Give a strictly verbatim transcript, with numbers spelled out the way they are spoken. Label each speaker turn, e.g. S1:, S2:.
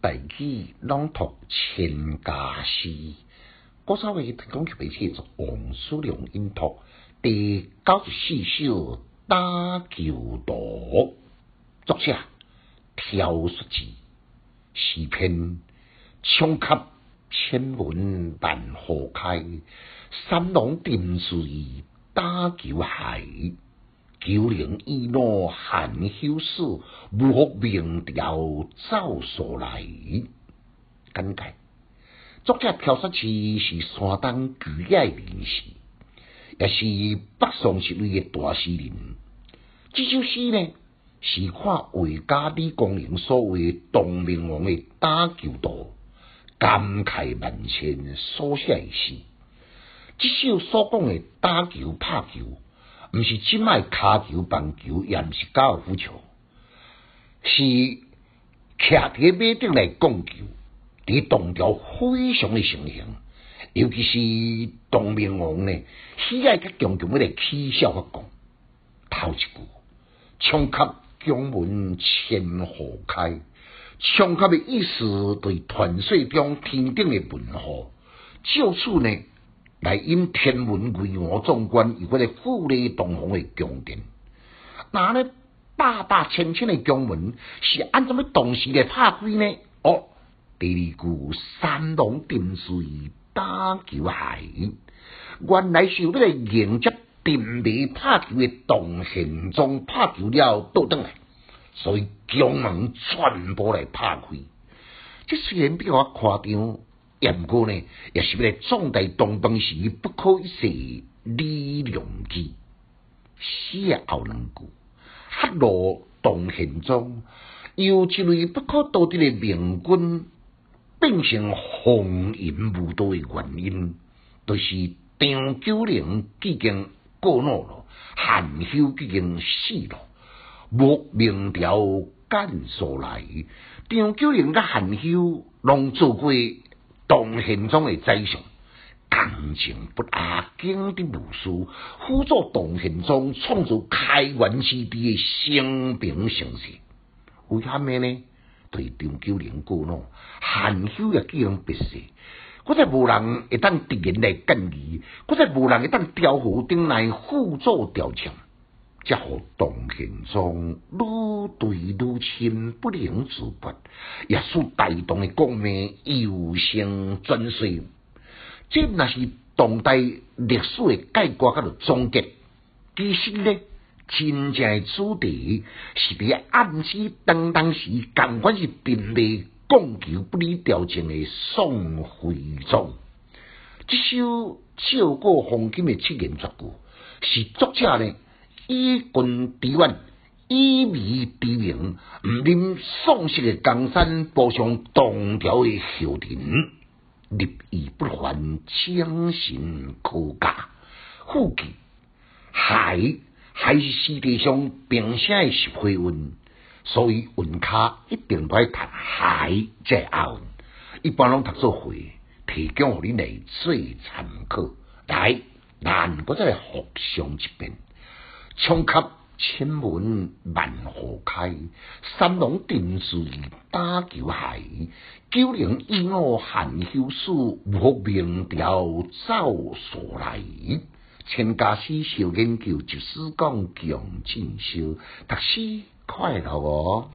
S1: 大器朗读千家诗，古早话提供给媒体做王叔良音读第九十四首打球图，作者挑书记，诗篇冲给千文万河开，三郎定水打球海。九零一诺含羞事，无福明朝走所来。简介：作者朴实市是山东巨野人士，也是北宋时期的大诗人。这首诗呢，是看画家李公麟所画东明王的打球图，感慨万千所写的诗。这首所讲的打球、拍球。毋是即卖骹球、棒球，也毋是高尔夫球，是徛伫马顶来讲球，伫唐朝非常的盛行。尤其是东明王呢，喜爱甲强强要来起笑发讲。头一句，冲给姜文千河开，冲给的意思对传说中天顶的文化，就此呢。来因天文巍峨壮观，有迄个富丽堂皇的宫殿。那呢，百百千千的宫门是按怎么同时来拍开呢？哦，第二句三郎定水打球海，原来是为了迎接定位拍球的唐宪宗拍球了倒转来，所以宫门全部来拍开。这虽然比较夸张。也毋过呢，也是为了壮大东方时不可一世李良基。诗的后两句，黑罗唐宪宗由一位不可多得的明君，变成荒淫无道的原因，就是张九龄已经过脑了，韩休已经死了，无明朝干所来。张九龄甲韩休拢做过唐宪宗的宰相，感情不阿，经的无私，辅助唐宪宗创造开元之地的升平盛世。为虾米呢？对张九龄过脑，韩休也既然别世，我再无人会当直言来建议，我再无人会当调虎顶来辅助调枪，才互唐宪宗愈对愈亲，不能自拔，也使大唐的国命由盛转衰。这若是当代历史的概括甲着总结。其实呢，真正的主题是伫暗示当当时同款是并未讲求不理调情的宋徽宗。这首照过黄金的七言绝句，是作者呢以君敌远，以迷敌明，毋啉宋式的江山，步上唐朝的后庭，立意不凡，精神可嘉。副句海海是世界上平声的十配韵，所以韵卡一定要读海才押韵。一般拢读做会，提供互你来做参考。来，咱搁再来复诵一遍。冲给千文万河开，三郎定水打球海。九零一诺含羞事，无福明朝走所来。千家诗小研究，就是讲强进修，读书快乐哦。